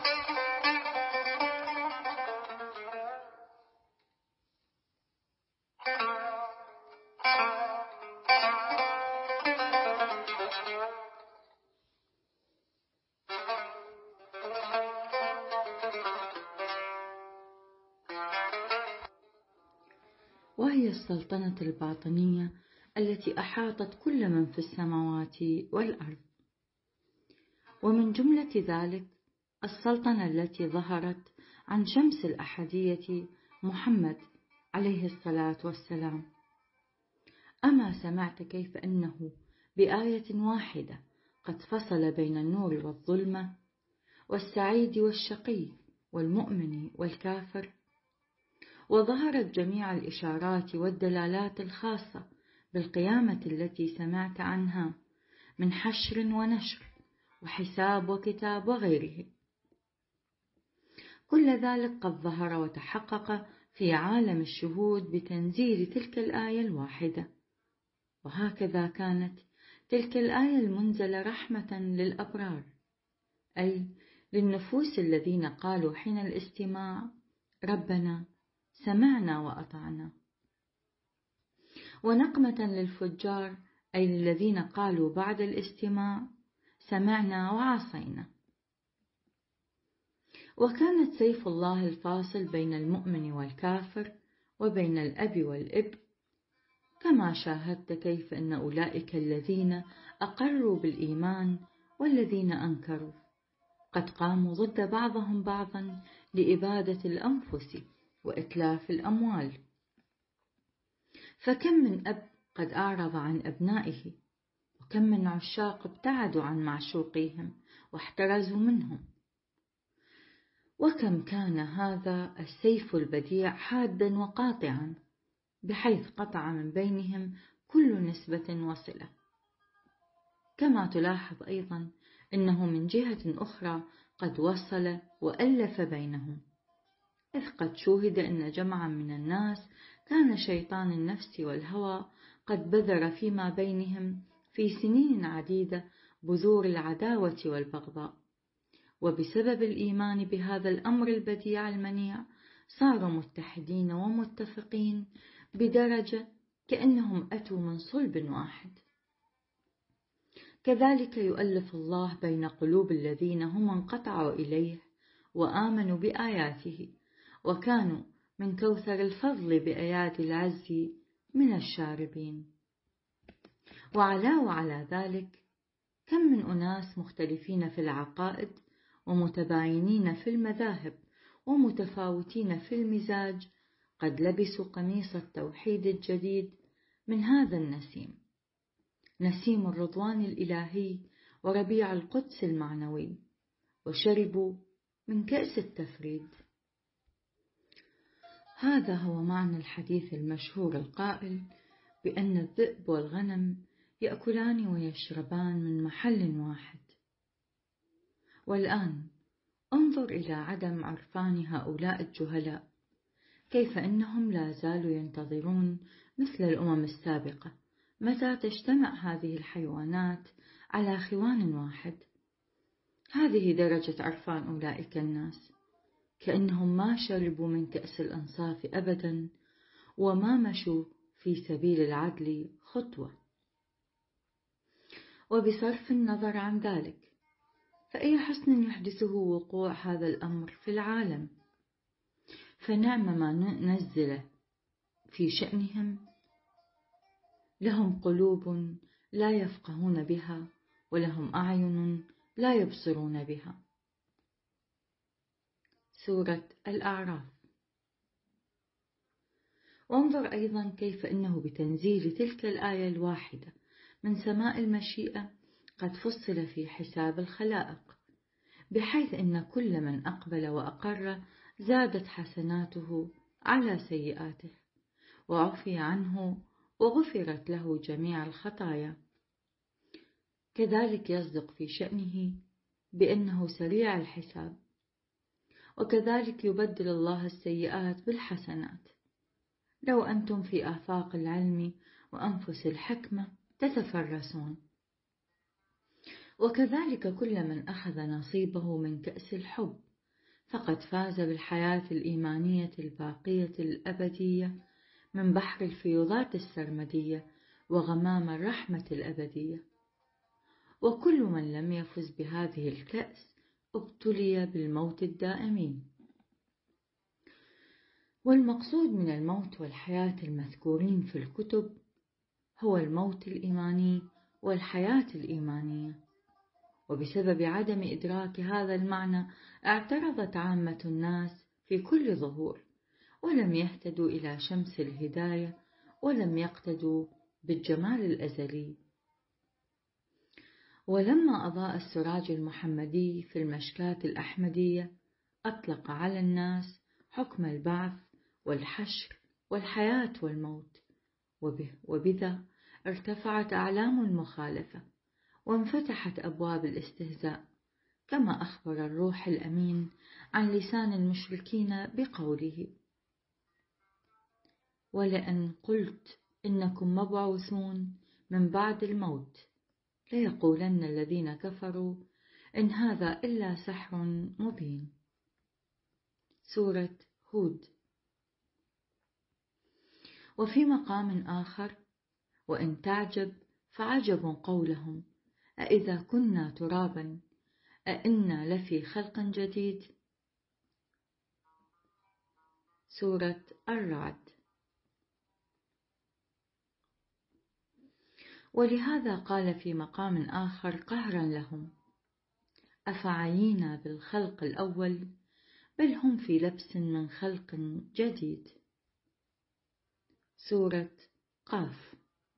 وهي السلطنة الباطنية التي أحاطت كل من في السماوات والأرض. ومن جملة ذلك السلطنة التي ظهرت عن شمس الأحدية محمد عليه الصلاة والسلام. أما سمعت كيف أنه بآية واحدة قد فصل بين النور والظلمة والسعيد والشقي والمؤمن والكافر، وظهرت جميع الإشارات والدلالات الخاصة بالقيامة التي سمعت عنها من حشر ونشر وحساب وكتاب وغيره. كل ذلك قد ظهر وتحقق في عالم الشهود بتنزيل تلك الآية الواحدة. وهكذا كانت تلك الآية المنزلة رحمة للأبرار، أي للنفوس الذين قالوا حين الاستماع: ربنا سمعنا وأطعنا. ونقمة للفجار، أي للذين قالوا بعد الاستماع: سمعنا وعصينا. وكانت سيف الله الفاصل بين المؤمن والكافر وبين الأب والابن، كما شاهدت كيف أن أولئك الذين أقروا بالإيمان والذين أنكروا قد قاموا ضد بعضهم بعضا لإبادة الأنفس وإتلاف الأموال. فكم من أب قد أعرض عن أبنائه، وكم من عشاق ابتعدوا عن معشوقيهم واحترزوا منهم. وكم كان هذا السيف البديع حادا وقاطعا، بحيث قطع من بينهم كل نسبة وصلة. كما تلاحظ أيضا أنه من جهة أخرى قد وصل وألف بينهم، إذ قد شوهد أن جمعا من الناس كان شيطان النفس والهوى قد بذر فيما بينهم في سنين عديدة بذور العداوة والبغضاء، وبسبب الإيمان بهذا الأمر البديع المنيع صاروا متحدين ومتفقين بدرجة كأنهم أتوا من صلب واحد. كذلك يؤلف الله بين قلوب الذين هم انقطعوا إليه وآمنوا بآياته، وكانوا من كوثر الفضل بأيادي العز من الشاربين. وعلى ذلك كم من أناس مختلفين في العقائد ومتباينين في المذاهب ومتفاوتين في المزاج قد لبسوا قميص التوحيد الجديد من هذا النسيم، نسيم الرضوان الإلهي وربيع القدس المعنوي، وشربوا من كأس التفريد. هذا هو معنى الحديث المشهور القائل بأن الذئب والغنم يأكلان ويشربان من محل واحد. والآن انظر إلى عدم عرفان هؤلاء الجهلاء، كيف أنهم لا زالوا ينتظرون مثل الأمم السابقة متى تجتمع هذه الحيوانات على خوان واحد. هذه درجة عرفان أولئك الناس، كأنهم ما شربوا من كأس الأنصاف أبدا، وما مشوا في سبيل العدل خطوة. وبصرف النظر عن ذلك، فأي حسن يحدثه وقوع هذا الأمر في العالم، فنعم ما نزل في شأنهم. لهم قلوب لا يفقهون بها، ولهم أعين لا يبصرون بها. سورة الأعراف. وانظر أيضا كيف أنه بتنزيل تلك الآية الواحدة من سماء المشيئة قد فصل في حساب الخلائق، بحيث أن كل من أقبل وأقر زادت حسناته على سيئاته، وعفي عنه وغفرت له جميع الخطايا. كذلك يصدق في شأنه بأنه سريع الحساب، وكذلك يبدل الله السيئات بالحسنات. لو أنتم في آفاق العلم وأنفس الحكمة تتفرسون. وكذلك كل من أخذ نصيبه من كأس الحب فقد فاز بالحياة الإيمانية الباقية الأبدية من بحر الفيوضات السرمدية وغمام الرحمة الأبدية. وكل من لم يفز بهذه الكأس ابتلي بالموت الدائمين. والمقصود من الموت والحياة المذكورين في الكتب هو الموت الإيماني والحياة الإيمانية. وبسبب عدم إدراك هذا المعنى اعترضت عامة الناس في كل ظهور، ولم يهتدوا إلى شمس الهداية، ولم يقتدوا بالجمال الأزلي. ولما أضاء السراج المحمدي في المشكاة الأحمدية أطلق على الناس حكم البعث والحشر والحياة والموت، وبذا ارتفعت أعلام المخالفة وانفتحت أبواب الاستهزاء، كما أخبر الروح الأمين عن لسان المشركين بقوله: ولئن قلت إنكم مبعوثون من بعد الموت ليقولن الذين كفروا إن هذا إلا سحر مبين. سورة هود. وفي مقام آخر: وإن تعجب فعجب قولهم أإذا كنا ترابا أإنا لفي خلق جديد. سورة الرعد. ولهذا قال في مقام آخر قهرا لهم: أفعينا بالخلق الأول بل هم في لبس من خلق جديد. سورة قاف.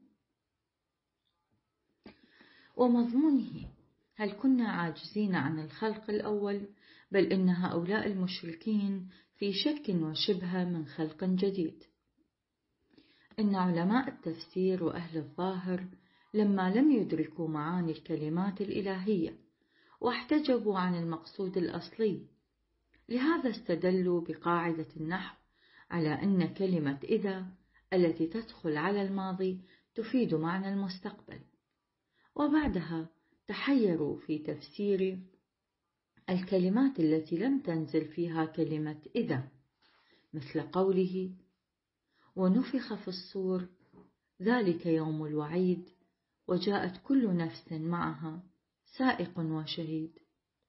ومضمونه: هل كنا عاجزين عن الخلق الأول؟ بل إن هؤلاء المشركين في شك وشبهة من خلق جديد. إن علماء التفسير وأهل الظاهر لما لم يدركوا معاني الكلمات الإلهية واحتجبوا عن المقصود الأصلي، لهذا استدلوا بقاعدة النحو على أن كلمة إذا التي تدخل على الماضي تفيد معنى المستقبل، وبعدها تحيروا في تفسير الكلمات التي لم تنزل فيها كلمة إذا، مثل قوله: ونفخ في الصور ذلك يوم الوعيد وجاءت كل نفس معها سائق وشهيد.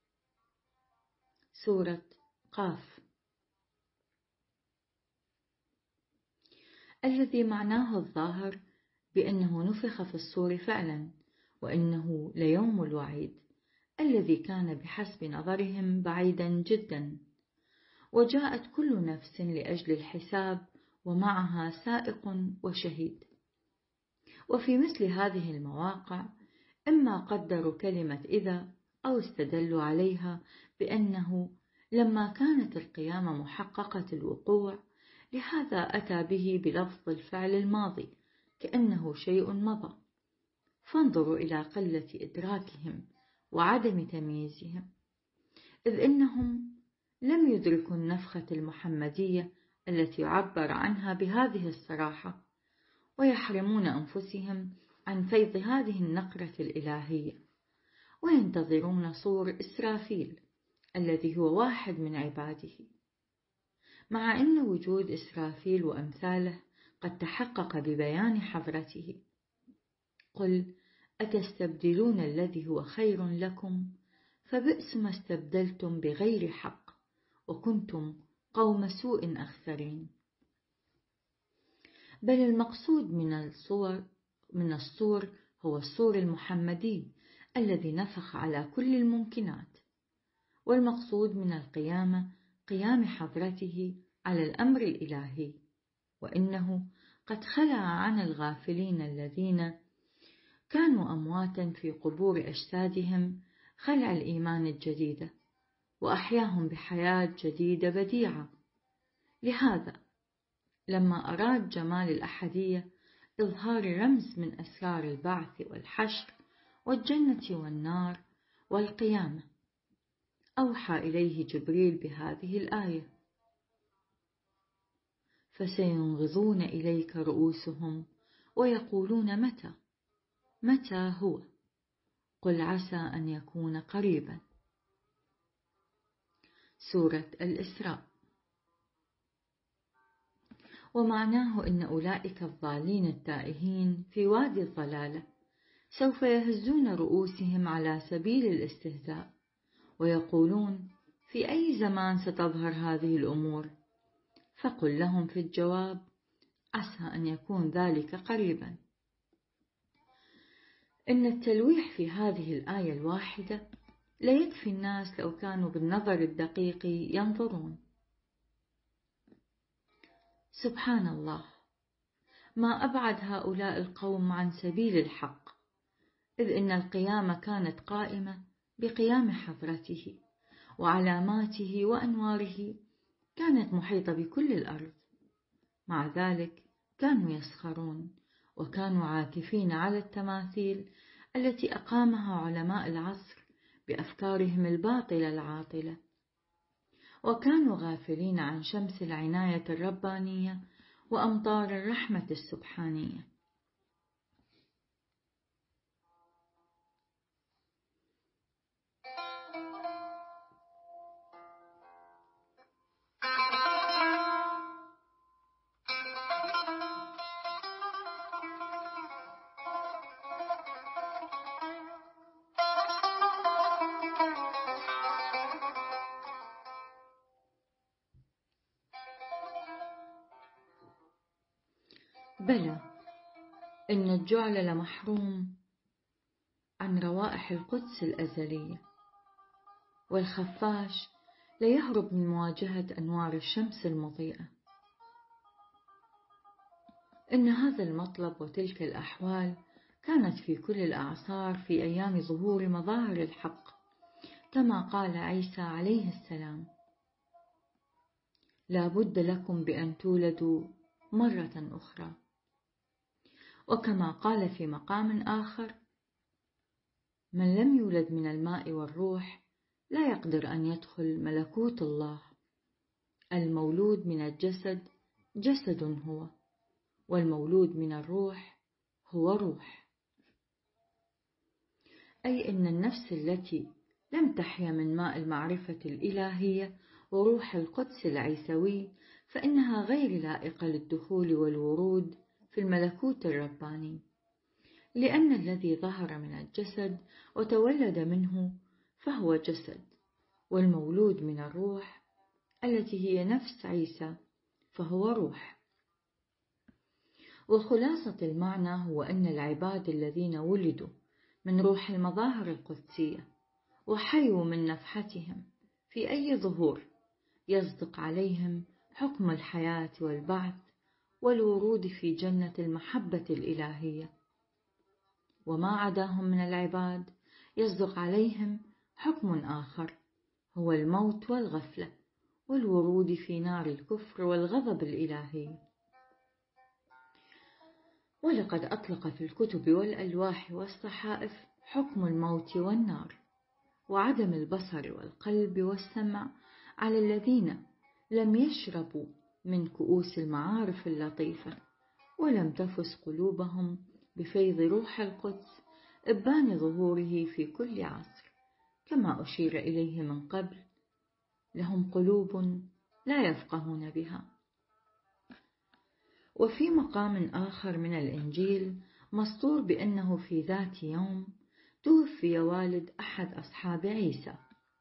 سورة قاف. الذي معناه الظاهر بأنه نفخ في الصور فعلا، وإنه ليوم الوعيد الذي كان بحسب نظرهم بعيدا جدا، وجاءت كل نفس لأجل الحساب ومعها سائق وشهيد. وفي مثل هذه المواقع إما قدروا كلمة إذا أو استدلوا عليها بأنه لما كانت القيامة محققة الوقوع لهذا أتى به بلفظ الفعل الماضي كأنه شيء مضى. فانظروا إلى قلة إدراكهم وعدم تمييزهم، إذ إنهم لم يدركوا النفخة المحمدية التي يعبر عنها بهذه الصراحة، ويحرمون أنفسهم عن فيض هذه النقرة الإلهية، وينتظرون صور إسرافيل الذي هو واحد من عباده، مع أن وجود إسرافيل وأمثاله قد تحقق ببيان حضرته: قل أتستبدلون الذي هو خير لكم فبئس ما استبدلتم بغير حق وكنتم قوم سوء أخسرين. بل المقصود من الصور هو الصور المحمدي الذي نفخ على كل الممكنات، والمقصود من القيامة قيام حضرته على الأمر الإلهي، وإنه قد خلع عن الغافلين الذين كانوا أمواتا في قبور أجسادهم خلع الإيمان الجديدة، وأحياهم بحياة جديدة بديعة. لهذا لما أراد جمال الأحدية إظهار رمز من أسرار البعث والحشر والجنة والنار والقيامة، أوحى إليه جبريل بهذه الآية: فسينغضون إليك رؤوسهم ويقولون متى هو؟ قل عسى أن يكون قريبا. سورة الإسراء. ومعناه إن أولئك الضالين التائهين في وادي الضلالة سوف يهزون رؤوسهم على سبيل الاستهزاء، ويقولون: في أي زمان ستظهر هذه الأمور؟ فقل لهم في الجواب: عسى أن يكون ذلك قريبا. إن التلويح في هذه الآية الواحدة لا يكفي الناس لو كانوا بالنظر الدقيق ينظرون. سبحان الله، ما أبعد هؤلاء القوم عن سبيل الحق، إذ إن القيامة كانت قائمة بقيام حضرته، وعلاماته وأنواره كانت محيطة بكل الأرض. مع ذلك كانوا يسخرون، وكانوا عاكفين على التماثيل التي أقامها علماء العصر بأفكارهم الباطلة العاطلة، وكانوا غافلين عن شمس العناية الربانية وأمطار الرحمة السبحانية. بلى، إن الجعل لمحروم عن روائح القدس الأزلية، والخفاش ليهرب من مواجهة أنوار الشمس المضيئة. إن هذا المطلب وتلك الأحوال كانت في كل الأعصار في أيام ظهور مظاهر الحق، كما قال عيسى عليه السلام: لا بد لكم بأن تولدوا مرة أخرى. وكما قال في مقام آخر: من لم يولد من الماء والروح لا يقدر أن يدخل ملكوت الله. المولود من الجسد جسد هو، والمولود من الروح هو روح. أي أن النفس التي لم تحيا من ماء المعرفة الإلهية وروح القدس العيسوي فإنها غير لائقة للدخول والورود في الملكوت الرباني، لأن الذي ظهر من الجسد وتولد منه فهو جسد، والمولود من الروح التي هي نفس عيسى فهو روح. وخلاصة المعنى هو أن العباد الذين ولدوا من روح المظاهر القدسية وحيوا من نفحتهم في أي ظهور يصدق عليهم حكم الحياة والبعث والورود في جنة المحبة الإلهية، وما عداهم من العباد يصدق عليهم حكم آخر هو الموت والغفلة والورود في نار الكفر والغضب الإلهي. ولقد أطلق في الكتب والألواح والصحائف حكم الموت والنار وعدم البصر والقلب والسمع على الذين لم يشربوا من كؤوس المعارف اللطيفة ولم تفس قلوبهم بفيض روح القدس إبان ظهوره في كل عصر، كما أشير إليه من قبل: لهم قلوب لا يفقهون بها. وفي مقام آخر من الإنجيل مسطور بأنه في ذات يوم توفي والد أحد أصحاب عيسى،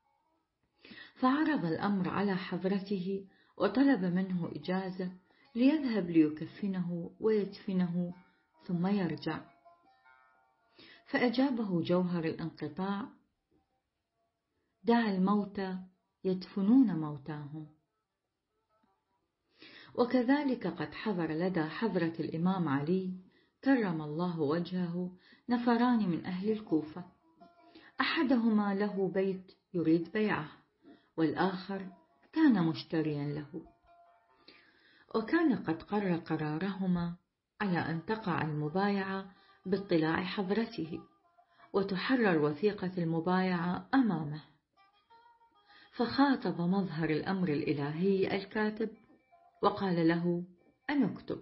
فعرض الأمر على حضرته وطلب منه إجازة ليذهب ليكفنه ويدفنه ثم يرجع، فأجابه جوهر الانقطاع: دع الموتى يدفنون موتاهم. وكذلك قد حضر لدى حضرة الإمام علي كرم الله وجهه نفران من أهل الكوفة، أحدهما له بيت يريد بيعه، والآخر كان مشتريا له، وكان قد قرر قرارهما على أن تقع المبايعة باطلاع حضرته وتحرر وثيقة المبايعة أمامه، فخاطب مظهر الأمر الإلهي الكاتب وقال له أن اكتب: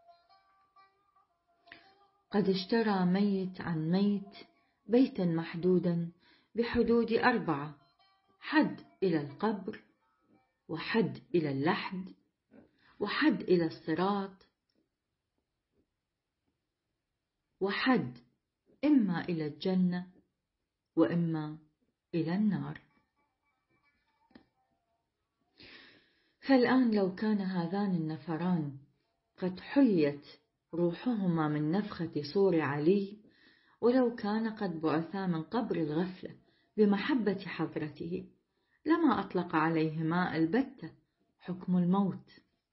قد اشترى ميت عن ميت بيتا محدودا بحدود 4 حد إلى القبر وحد إلى اللحد، وحد إلى الصراط، وحد إما إلى الجنة وإما إلى النار. فالآن لو كان هذان النفران قد حيت روحهما من نفخة صور علي، ولو كان قد بعثا من قبر الغفلة بمحبة حضرته، لما أطلق عليهما البتة حكم الموت.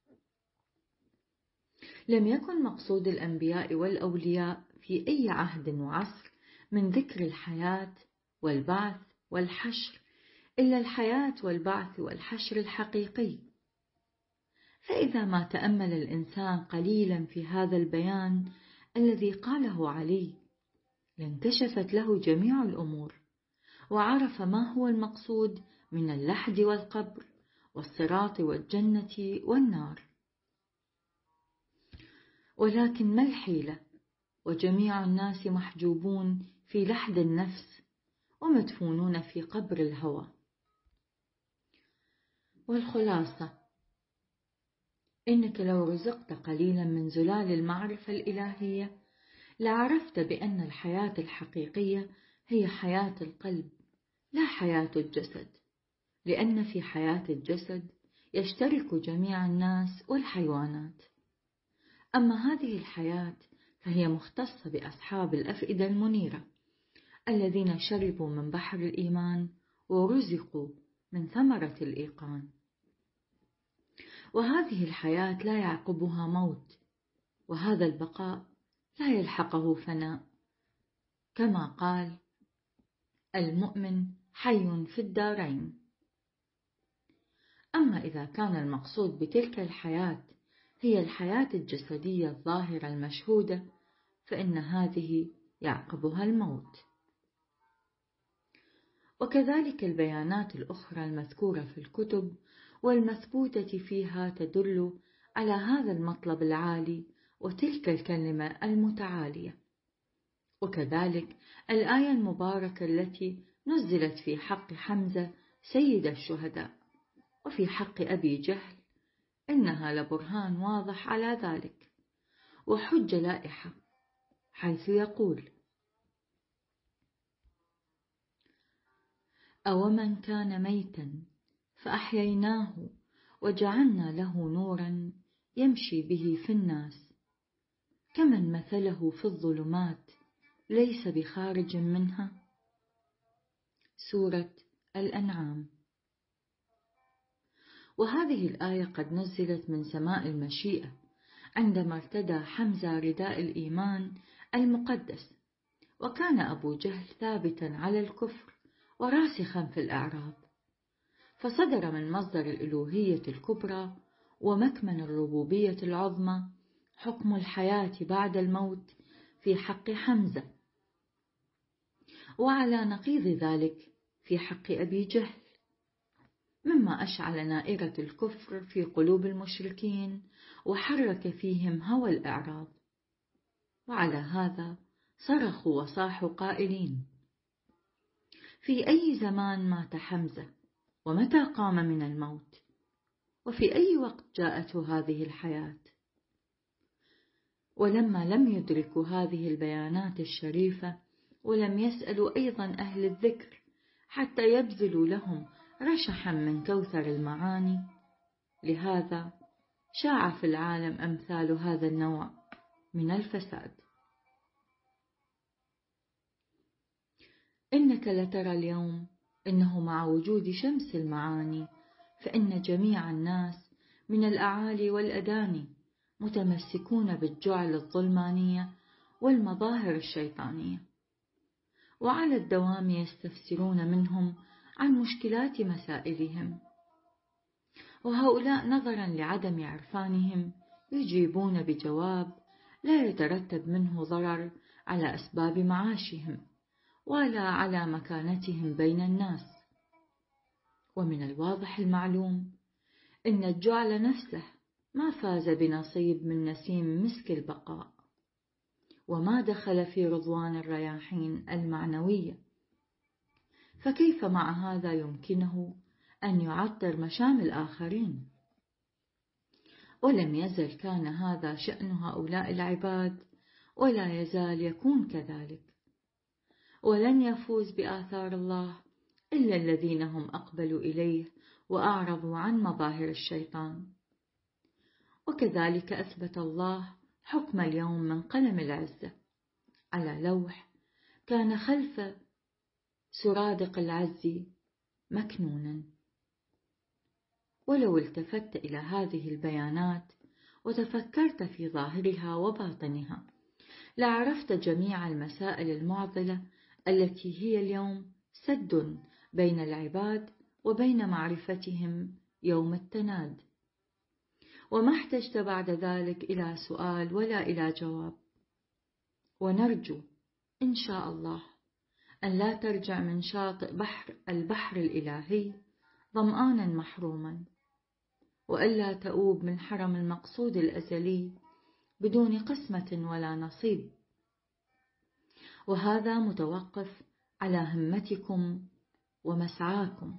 لم يكن مقصود الأنبياء والأولياء في أي عهد وعصر من ذكر الحياة والبعث والحشر إلا الحياة والبعث والحشر الحقيقي. فإذا ما تأمل الإنسان قليلا في هذا البيان الذي قاله علي، لانكشفت له جميع الأمور، وعرف ما هو المقصود من اللحد والقبر والصراط والجنة والنار. ولكن ما الحيلة؟ وجميع الناس محجوبون في لحد النفس، ومدفونون في قبر الهوى. والخلاصة، إنك لو رزقت قليلا من زلال المعرفة الإلهية لعرفت بأن الحياة الحقيقية هي حياة القلب لا حياة الجسد، لأن في حياة الجسد يشترك جميع الناس والحيوانات. أما هذه الحياة فهي مختصة بأصحاب الأفئدة المنيرة الذين شربوا من بحر الإيمان ورزقوا من ثمرة الإيقان. وهذه الحياة لا يعقبها موت، وهذا البقاء لا يلحقه فناء، كما قال: المؤمن حي في الدارين. أما إذا كان المقصود بتلك الحياة هي الحياة الجسدية الظاهرة المشهودة، فإن هذه يعقبها الموت. وكذلك البيانات الأخرى المذكورة في الكتب والمثبوتة فيها تدل على هذا المطلب العالي وتلك الكلمة المتعالية. وكذلك الآية المباركة التي نزلت في حق حمزة سيد الشهداء وفي حق أبي جهل، إنها لبرهان واضح على ذلك وحجة لائحة، حيث يقول: أومن كان ميتا فأحييناه وجعلنا له نورا يمشي به في الناس كمن مثله في الظلمات ليس بخارج منها. سورة الأنعام. وهذه الآية قد نزلت من سماء المشيئة عندما ارتدى حمزة رداء الإيمان المقدس، وكان أبو جهل ثابتا على الكفر وراسخا في الأعراب، فصدر من مصدر الألوهية الكبرى ومكمن الربوبية العظمى حكم الحياة بعد الموت في حق حمزة، وعلى نقيض ذلك في حق أبي جهل، مما أشعل نائرة الكفر في قلوب المشركين وحرك فيهم هوى الإعراض. وعلى هذا صرخوا وصاحوا قائلين: في أي زمان مات حمزة؟ ومتى قام من الموت؟ وفي أي وقت جاءته هذه الحياة؟ ولما لم يدركوا هذه البيانات الشريفة ولم يسألوا أيضا أهل الذكر حتى يبذلوا لهم رشحا من كوثر المعاني، لهذا شاع في العالم أمثال هذا النوع من الفساد. إنك لترى اليوم إنه مع وجود شمس المعاني فإن جميع الناس من الأعالي والأداني متمسكون بالجعل الظلمانية والمظاهر الشيطانية، وعلى الدوام يستفسرون منهم عن مشكلات مسائلهم، وهؤلاء نظرا لعدم عرفانهم يجيبون بجواب لا يترتب منه ضرر على أسباب معاشهم ولا على مكانتهم بين الناس. ومن الواضح المعلوم إن الجعل نفسه ما فاز بنصيب من نسيم مسك البقاء، وما دخل في رضوان الرياحين المعنوية، فكيف مع هذا يمكنه أن يعطر مشام الآخرين. ولم يزل كان هذا شأن هؤلاء العباد، ولا يزال يكون كذلك. ولن يفوز بآثار الله إلا الذين هم أقبلوا إليه وأعرضوا عن مظاهر الشيطان. وكذلك أثبت الله حكم اليوم من قلم العزة على لوح كان خلف سرادق العز مكنونا. ولو التفت إلى هذه البيانات وتفكرت في ظاهرها وباطنها لعرفت جميع المسائل المعضلة التي هي اليوم سد بين العباد وبين معرفتهم يوم التناد، وما احتجت بعد ذلك إلى سؤال ولا إلى جواب. ونرجو إن شاء الله أن لا ترجع من شاطئ البحر الإلهي ظمآنا محروما، وألا تؤوب من حرم المقصود الأزلي بدون قسمة ولا نصيب. وهذا متوقف على همتكم ومسعاكم.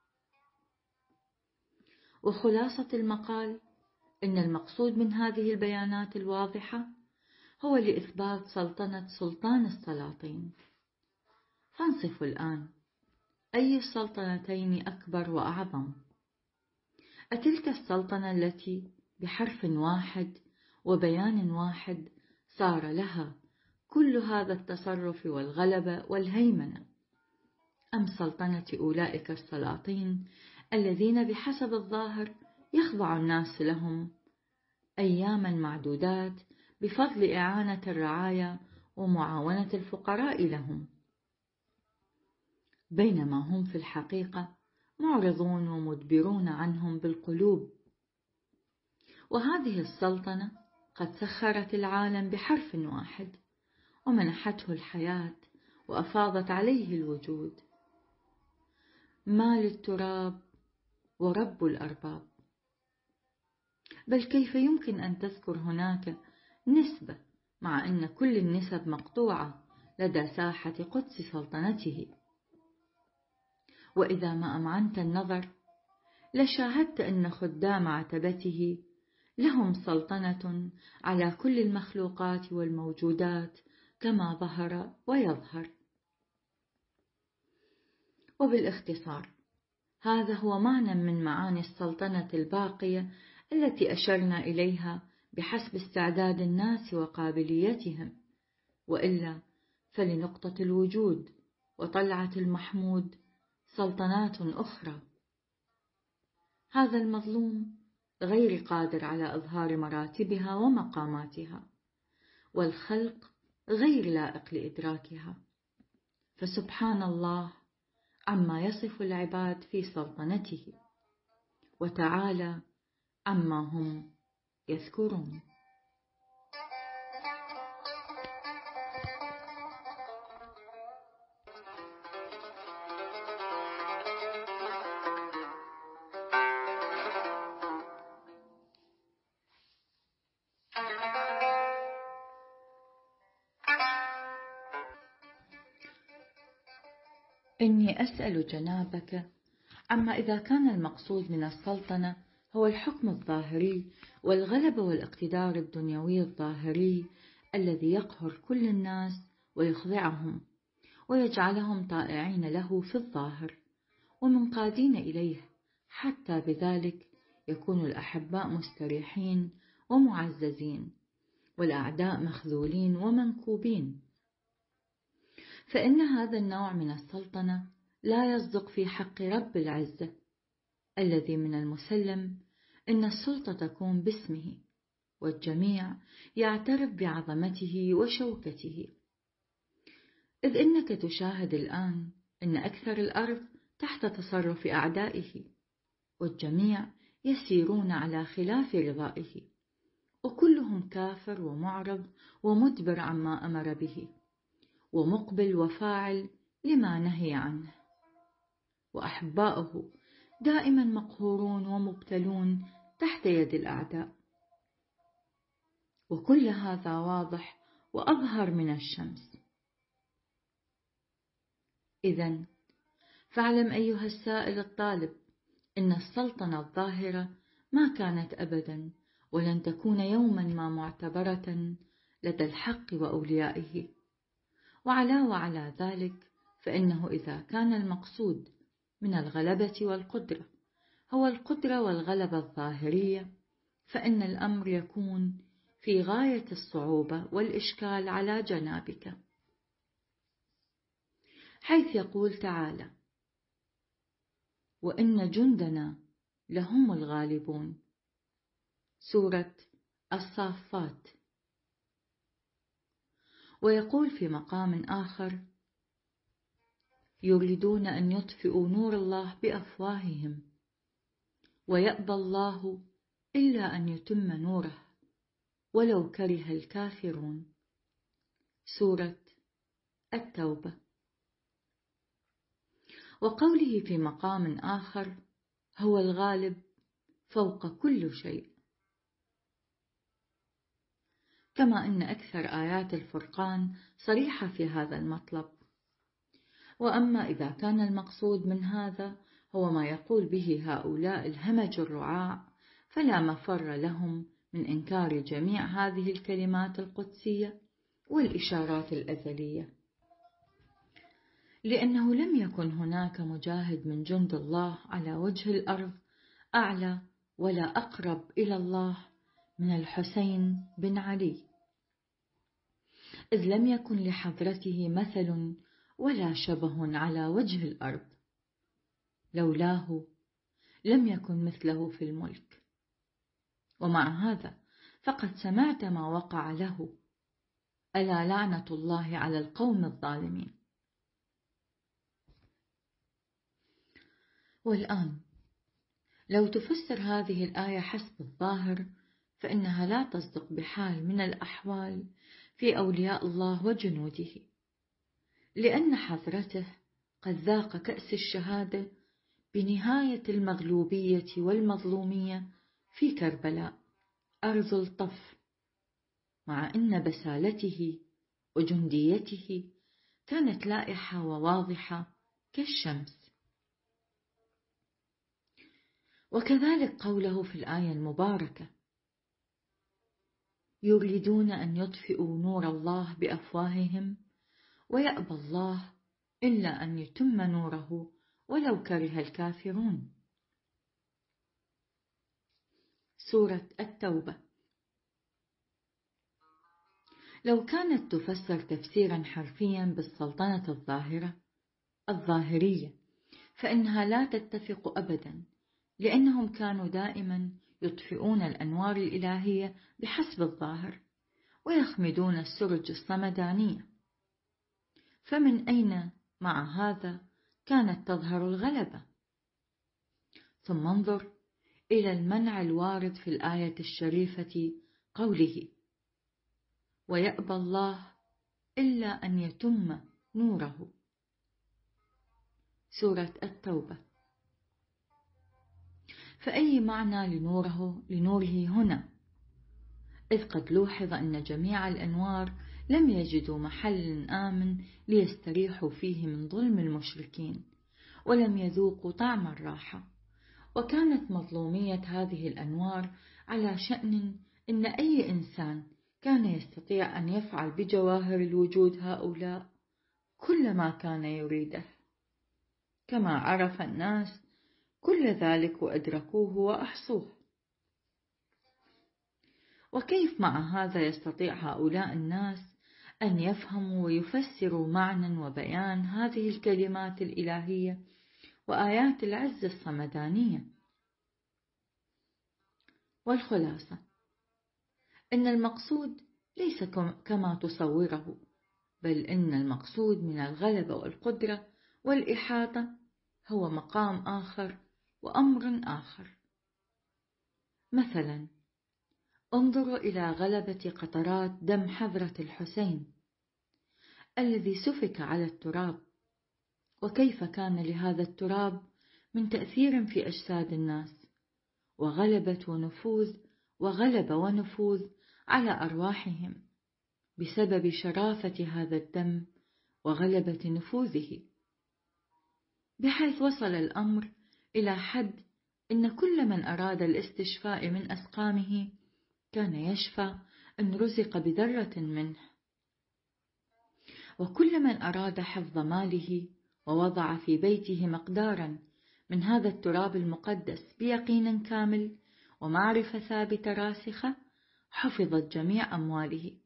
وخلاصة المقال إن المقصود من هذه البيانات الواضحة هو لإثبات سلطنة سلطان السلاطين. فانصفوا الآن، أي السلطنتين أكبر وأعظم؟ أتلك السلطنة التي بحرف واحد وبيان واحد صار لها كل هذا التصرف والغلبة والهيمنة، أم سلطنة أولئك السلاطين الذين بحسب الظاهر يخضع الناس لهم أياما معدودات بفضل إعانة الرعايا ومعاونة الفقراء لهم، بينما هم في الحقيقة معرضون ومدبرون عنهم بالقلوب؟ وهذه السلطنة قد سخرت العالم بحرف واحد ومنحته الحياة وأفاضت عليه الوجود. ما للتراب ورب الأرباب. بل كيف يمكن أن تذكر هناك نسبة مع أن كل النسب مقطوعة لدى ساحة قدس سلطنته؟ وإذا ما أمعنت النظر لشاهدت أن خدام عتبته لهم سلطنة على كل المخلوقات والموجودات كما ظهر ويظهر. وبالاختصار هذا هو معنى من معاني السلطنة الباقية التي أشرنا إليها بحسب استعداد الناس وقابليتهم، وإلا فلنقطة الوجود وطلعة المحمود سلطنات أخرى. هذا المظلوم غير قادر على إظهار مراتبها ومقاماتها، والخلق غير لائق لإدراكها. فسبحان الله عما يصف العباد في سلطنته، وتعالى عما هم يذكرون. إني أسأل جنابك عما إذا كان المقصود من السلطنة هو الحكم الظاهري والغلبة والاقتدار الدنيوي الظاهري الذي يقهر كل الناس ويخضعهم ويجعلهم طائعين له في الظاهر ومنقادين إليه، حتى بذلك يكون الأحباء مستريحين ومعززين والأعداء مخذولين ومنكوبين. فإن هذا النوع من السلطنة لا يصدق في حق رب العزة الذي من المسلم إن السلطة تكون باسمه، والجميع يعترف بعظمته وشوكته. إذ إنك تشاهد الآن أن أكثر الأرض تحت تصرف أعدائه، والجميع يسيرون على خلاف رضائه، وكلهم كافر ومعرض ومدبر عما أمر به، ومقبل وفاعل لما نهي عنه، وأحباؤه دائما مقهورون ومبتلون تحت يد الأعداء. وكل هذا واضح وأظهر من الشمس. إذن فاعلم أيها السائل الطالب إن السلطنة الظاهرة ما كانت أبدا ولن تكون يوما ما معتبرة لدى الحق وأوليائه. وعلاوة على ذلك فإنه إذا كان المقصود من الغلبة والقدرة هو القدرة والغلبة الظاهرية، فإن الأمر يكون في غاية الصعوبة والإشكال على جنابك، حيث يقول تعالى: وإن جندنا لهم الغالبون، سورة الصافات. ويقول في مقام آخر: يريدون أن يطفئوا نور الله بأفواههم ويأبى الله إلا أن يتم نوره ولو كره الكافرون، سورة التوبة. وقوله في مقام آخر: هو الغالب فوق كل شيء. كما أن أكثر آيات الفرقان صريحة في هذا المطلب. وأما إذا كان المقصود من هذا هو ما يقول به هؤلاء الهمج الرعاع، فلا مفر لهم من إنكار جميع هذه الكلمات القدسية والإشارات الأزلية، لأنه لم يكن هناك مجاهد من جند الله على وجه الأرض أعلى ولا أقرب إلى الله من الحسين بن علي، إذ لم يكن لحضرته مثل ولا شبه على وجه الأرض، لولاه لم يكن مثله في الملك. ومع هذا فقد سمعت ما وقع له، ألا لعنة الله على القوم الظالمين. والآن لو تفسر هذه الآية حسب الظاهر فإنها لا تصدق بحال من الأحوال في أولياء الله وجنوده، لأن حضرته قد ذاق كأس الشهادة بنهاية المغلوبية والمظلومية في كربلاء أرض الطف، مع أن بسالته وجنديته كانت لائحة وواضحة كالشمس. وكذلك قوله في الآية المباركة: يريدون أن يطفئوا نور الله بأفواههم ويأبى الله إلا أن يتم نوره ولو كره الكافرون، سورة التوبة. لو كانت تفسر تفسيرا حرفيا بالسلطنة الظاهرية فإنها لا تتفق أبدا، لأنهم كانوا دائما يطفئون الأنوار الإلهية بحسب الظاهر ويخمدون السرج الصمدانية، فمن أين مع هذا كانت تظهر الغلبة؟ ثم انظر إلى المنع الوارد في الآية الشريفة، قوله: ويأبى الله إلا أن يتم نوره، سورة التوبة. فأي معنى لنوره هنا؟ إذ قد لوحظ أن جميع الأنوار لم يجدوا محل آمن ليستريحوا فيه من ظلم المشركين، ولم يذوقوا طعم الراحة، وكانت مظلومية هذه الأنوار على شأن إن أي إنسان كان يستطيع أن يفعل بجواهر الوجود هؤلاء كل ما كان يريده، كما عرف الناس كل ذلك وأدركوه وأحصوه. وكيف مع هذا يستطيع هؤلاء الناس أن يفهموا ويفسروا معنى وبيان هذه الكلمات الإلهية وآيات العز الصمدانية؟ والخلاصة إن المقصود ليس كما تصوره، بل إن المقصود من الغلبة والقدرة والإحاطة هو مقام آخر وأمر آخر. مثلا انظروا إلى غلبة قطرات دم حضرة الحسين الذي سفك على التراب، وكيف كان لهذا التراب من تأثير في أجساد الناس، وغلبة ونفوذ على أرواحهم بسبب شرافة هذا الدم وغلبة نفوذه، بحيث وصل الأمر إلى حد إن كل من أراد الاستشفاء من أسقامه كان يشفى إن رزق بذرة منه، وكل من أراد حفظ ماله ووضع في بيته مقدارا من هذا التراب المقدس بيقين كامل ومعرفة ثابتة راسخة حفظت جميع أمواله.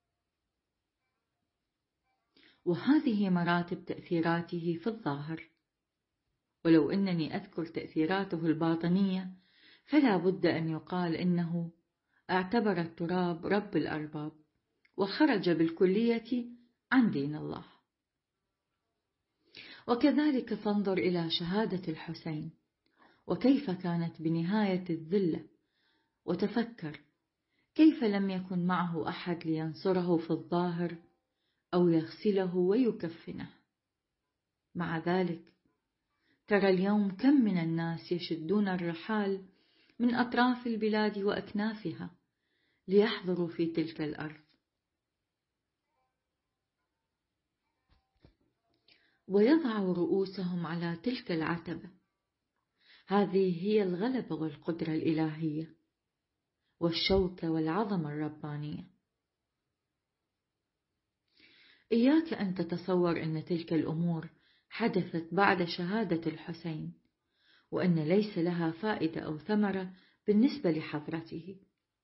وهذه مراتب تأثيراته في الظاهر، ولو أنني أذكر تأثيراته الباطنية فلا بد أن يقال إنه اعتبر التراب رب الأرباب وخرج بالكلية عن دين الله. وكذلك فانظر إلى شهادة الحسين وكيف كانت بنهاية الذلة، وتفكر كيف لم يكن معه أحد لينصره في الظاهر أو يغسله ويكفنه. مع ذلك ترى اليوم كم من الناس يشدون الرحال من أطراف البلاد وأكنافها ليحضروا في تلك الأرض، ويضعوا رؤوسهم على تلك العتبة. هذه هي الغلبة والقدرة الإلهية والشوكة والعظمة الربانية. إياك أن تتصور أن تلك الأمور حدثت بعد شهادة الحسين، وأن ليس لها فائدة أو ثمرة بالنسبة لحضرته،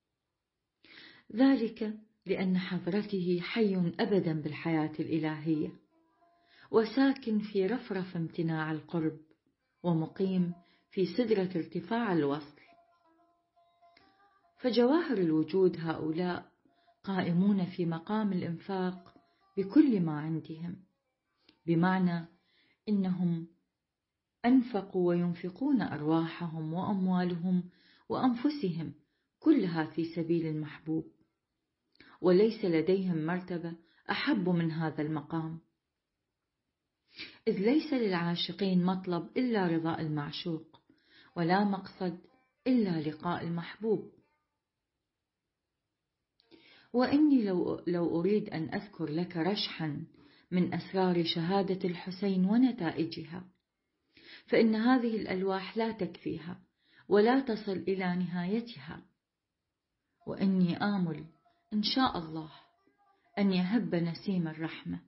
ذلك لأن حضرته حي أبدا بالحياة الإلهية، وساكن في رفرف امتناع القرب، ومقيم في سدرة ارتفاع الوصل. فجواهر الوجود هؤلاء قائمون في مقام الإنفاق بكل ما عندهم، بمعنى إنهم أنفقوا وينفقون أرواحهم وأموالهم وأنفسهم كلها في سبيل المحبوب، وليس لديهم مرتبة أحب من هذا المقام، إذ ليس للعاشقين مطلب إلا رضاء المعشوق، ولا مقصد إلا لقاء المحبوب. وإني لو أريد أن أذكر لك رشحا من أسرار شهادة الحسين ونتائجها، فإن هذه الألواح لا تكفيها ولا تصل إلى نهايتها. وإني آمل إن شاء الله أن يهب نسيم الرحمة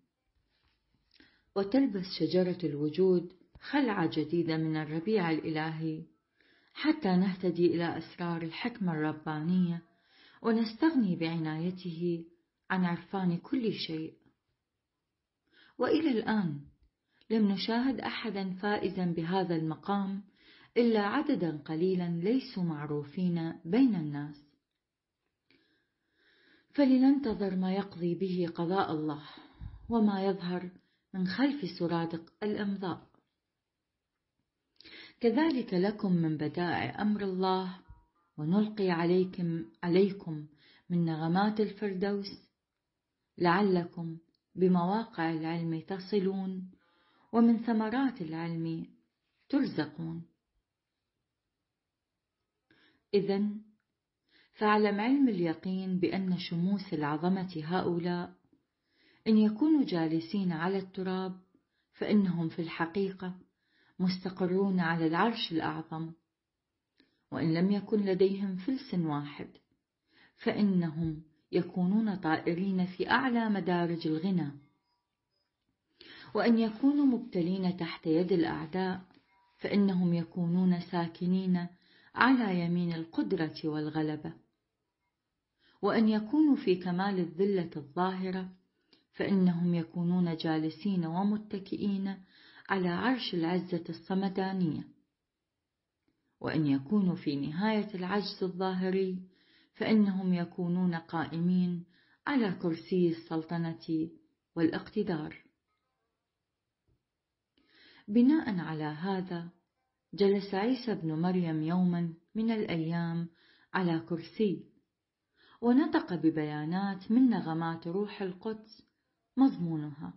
وتلبس شجرة الوجود خلعة جديدة من الربيع الإلهي، حتى نهتدي إلى أسرار الحكمة الربانية ونستغني بعنايته عن عرفان كل شيء. وإلى الآن لم نشاهد أحدا فائزا بهذا المقام إلا عددا قليلا ليسوا معروفين بين الناس، فلننتظر ما يقضي به قضاء الله وما يظهر من خلف سرادق الإمضاء. كذلك لكم من بدائع أمر الله، ونلقي عليكم من نغمات الفردوس لعلكم بمواقع العلم تصلون ومن ثمرات العلم ترزقون. إذن فاعلم علم اليقين بأن شموس العظمة هؤلاء إن يكونوا جالسين على التراب فإنهم في الحقيقة مستقرون على العرش الأعظم، وإن لم يكن لديهم فلس واحد فإنهم يكونون طائرين في أعلى مدارج الغنى، وأن يكونوا مبتلين تحت يد الأعداء فإنهم يكونون ساكنين على يمين القدرة والغلبة، وأن يكونوا في كمال الذلة الظاهرة فإنهم يكونون جالسين ومتكئين على عرش العزة الصمدانية، وأن يكونوا في نهاية العجز الظاهري فإنهم يكونون قائمين على كرسي السلطنة والاقتدار. بناء على هذا جلس عيسى بن مريم يوما من الأيام على كرسي، ونطق ببيانات من نغمات روح القدس مضمونها: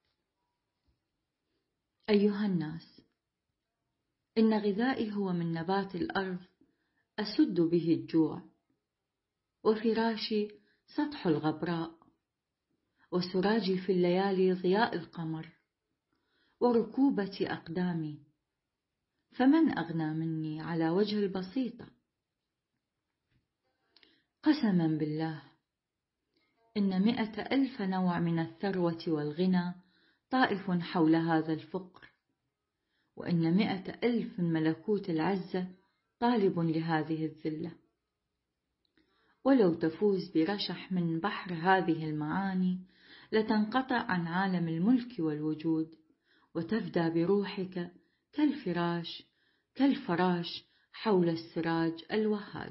أيها الناس، إن غذائي هو من نبات الأرض أسد به الجوع، وفراشي سطح الغبراء، وسراجي في الليالي ضياء القمر، وركوبة أقدامي، فمن أغنى مني على وجه البسيطة؟ قسما بالله إن 100,000 نوع من الثروة والغنى طائف حول هذا الفقر، وإن 100,000 من ملكوت العزة طالب لهذه الذلة. ولو تفوز برشح من بحر هذه المعاني لتنقطع عن عالم الملك والوجود، وتفدى بروحك كالفراش حول السراج الوهاج.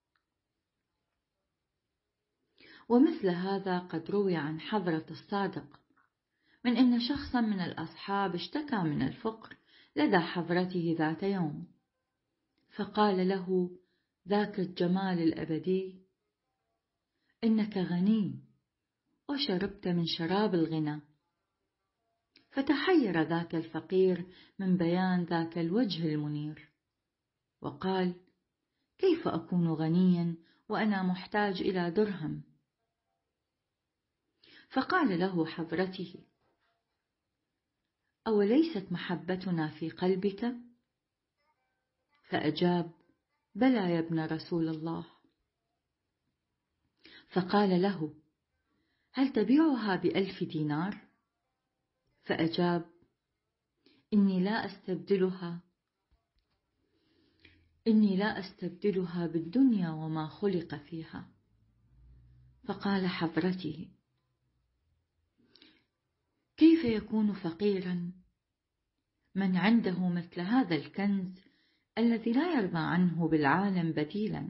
ومثل هذا قد روي عن حضرة الصادق من إن شخصا من الأصحاب اشتكى من الفقر لدى حضرته ذات يوم، فقال له ذاك الجمال الأبدي: إنك غني وشربت من شراب الغنى. فتحير ذاك الفقير من بيان ذاك الوجه المنير، وقال: كيف أكون غنيا وأنا محتاج إلى درهم؟ فقال له حضرته: أوليست محبتنا في قلبك؟ فأجاب: بلى يا ابن رسول الله. فقال له: هل تبيعها ب1,000 دينار؟ فأجاب: إني لا أستبدلها بالدنيا وما خلق فيها. فقال حضرته: كيف يكون فقيرا من عنده مثل هذا الكنز الذي لا يرضى عنه بالعالم بديلا؟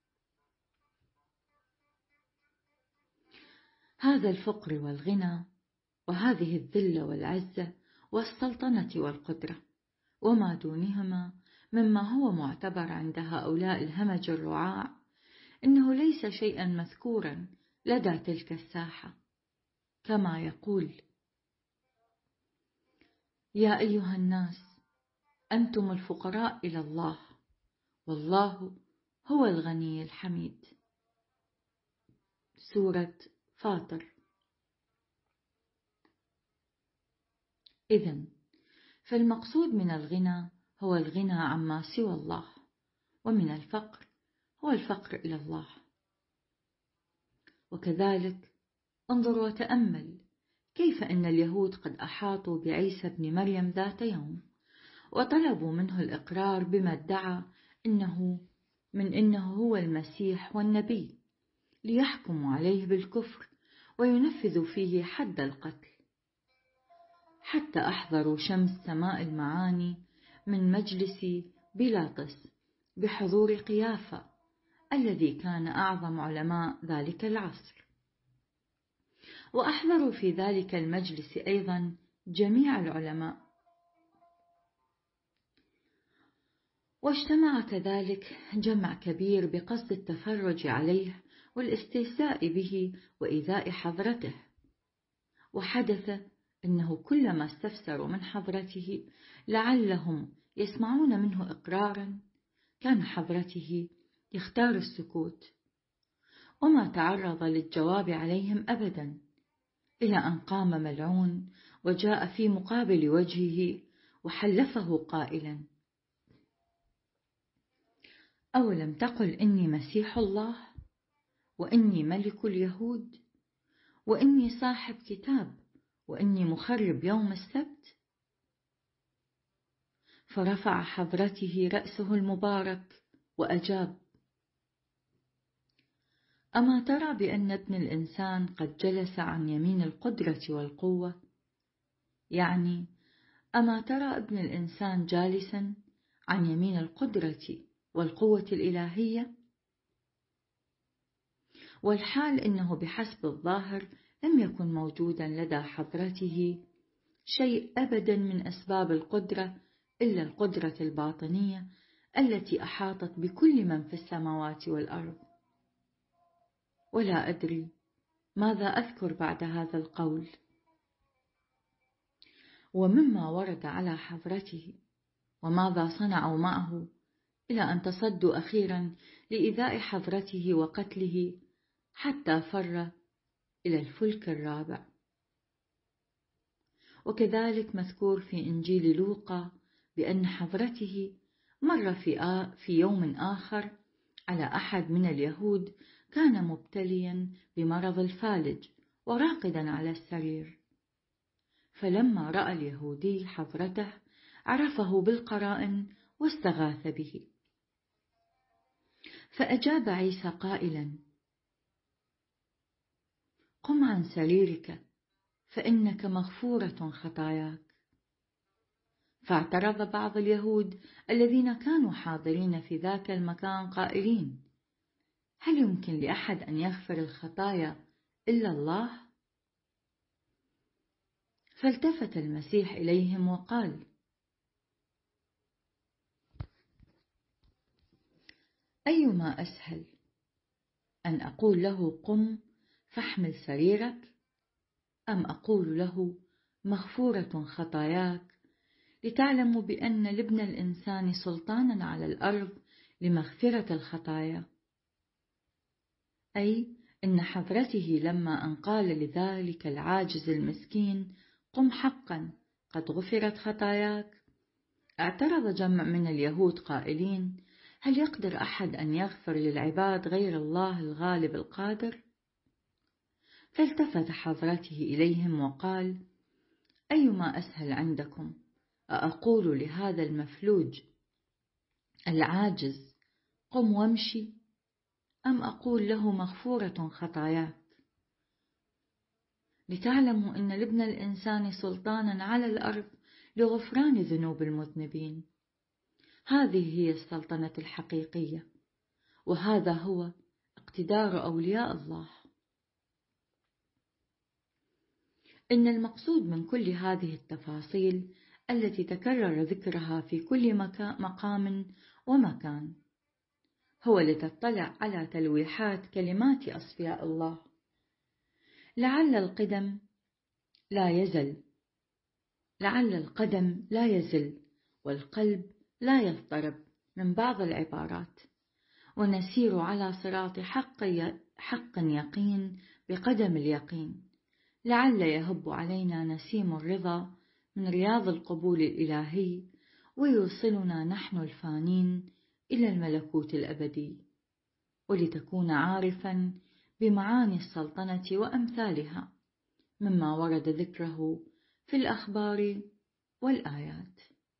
هذا الفقر والغنى وهذه الذلة والعزة والسلطنة والقدرة وما دونهما مما هو معتبر عند هؤلاء الهمج الرعاع، إنه ليس شيئا مذكورا لدى تلك الساحة، كما يقول: يا أيها الناس أنتم الفقراء إلى الله والله هو الغني الحميد. سورة فاطر. إذن فالمقصود من الغنى هو الغنى عما سوى الله، ومن الفقر هو الفقر إلى الله. وكذلك انظر وتأمل كيف أن اليهود قد أحاطوا بعيسى بن مريم ذات يوم وطلبوا منه الإقرار بما ادعى إنه هو المسيح والنبي، ليحكموا عليه بالكفر وينفذوا فيه حد القتل، حتى أحضروا شمس سماء المعاني من مجلس بيلاطس بحضور قيافة الذي كان أعظم علماء ذلك العصر، وأحضروا في ذلك المجلس أيضا جميع العلماء، واجتمع كذلك جمع كبير بقصد التفرج عليه والاستهزاء به وإيذاء حضرته. وحدث أنه كلما استفسروا من حضرته لعلهم يسمعون منه إقرارا كان حضرته يختار السكوت، وما تعرض للجواب عليهم أبدا، إلى أن قام ملعون وجاء في مقابل وجهه وحلفه قائلا: أولم تقل إني مسيح الله وإني ملك اليهود وإني صاحب كتاب وإني مخرب يوم السبت؟ فرفع حضرته رأسه المبارك وأجاب: أما ترى بأن ابن الإنسان قد جلس عن يمين القدرة والقوة؟ يعني أما ترى ابن الإنسان جالسا عن يمين القدرة والقوة الإلهية؟ والحال إنه بحسب الظاهر لم يكن موجودا لدى حضرته شيء أبدا من أسباب القدرة إلا القدرة الباطنية التي أحاطت بكل من في السماوات والأرض. ولا أدري ماذا أذكر بعد هذا القول. ومما ورد على حضرته وماذا صنعوا معه إلى أن تصدوا أخيرا لإيذاء حضرته وقتله حتى فر إلى الفلك الرابع. وكذلك مذكور في إنجيل لوقا بأن حضرته مر في يوم آخر على أحد من اليهود كان مبتليا بمرض الفالج وراقدا على السرير، فلما رأى اليهودي حضرته عرفه بالقرائن واستغاث به، فأجاب عيسى قائلا: قم عن سريرك فإنك مغفورة خطاياك. فاعترض بعض اليهود الذين كانوا حاضرين في ذاك المكان قائلين: هل يمكن لأحد أن يغفر الخطايا إلا الله؟ فالتفت المسيح إليهم وقال: أيما أسهل، أن أقول له قم فاحمل سريرك، أم أقول له مغفورة خطاياك، لتعلموا بأن لابن الإنسان سلطانا على الأرض لمغفرة الخطايا؟ أي إن حضرته لما أن قال لذلك العاجز المسكين: قم حقا قد غفرت خطاياك، اعترض جمع من اليهود قائلين: هل يقدر أحد أن يغفر للعباد غير الله الغالب القادر؟ فالتفت حضرته إليهم وقال: أيما أسهل عندكم، أقول لهذا المفلوج العاجز قم وامشي، أم أقول له مغفورة خطاياك؟ لتعلموا أن لابن الإنسان سلطانا على الأرض لغفران ذنوب المذنبين. هذه هي السلطنة الحقيقية، وهذا هو اقتدار أولياء الله. إن المقصود من كل هذه التفاصيل التي تكرر ذكرها في كل مقام ومكان هو لتطلع على تلويحات كلمات أصفياء الله: لعل القدم لا يزل والقلب لا يضطرب، من بعض العبارات، ونسير على صراط حق يقين بقدم اليقين، لعل يهب علينا نسيم الرضا من رياض القبول الإلهي، ويوصلنا نحن الفانين إلى الملكوت الأبدي، ولتكون عارفا بمعاني السلطنة وأمثالها مما ورد ذكره في الأخبار والآيات.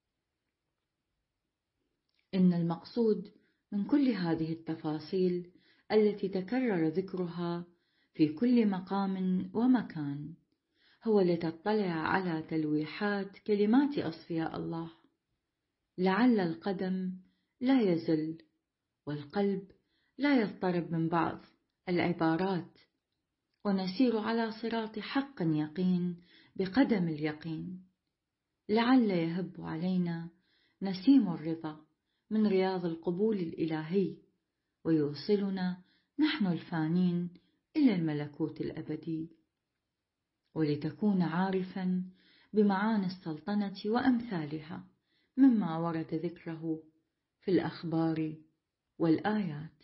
إن المقصود من كل هذه التفاصيل التي تكرر ذكرها في كل مقام ومكان هو لتطلع على تلويحات كلمات أصفياء الله: لعل القدم لا يزل والقلب لا يضطرب، من بعض العبارات، ونسير على صراط حق يقين بقدم اليقين، لعل يهب علينا نسيم الرضا من رياض القبول الإلهي، ويوصلنا نحن الفانين إلى الملكوت الأبدي، ولتكون عارفا بمعاني السلطنة وأمثالها مما ورد ذكره في الأخبار والآيات.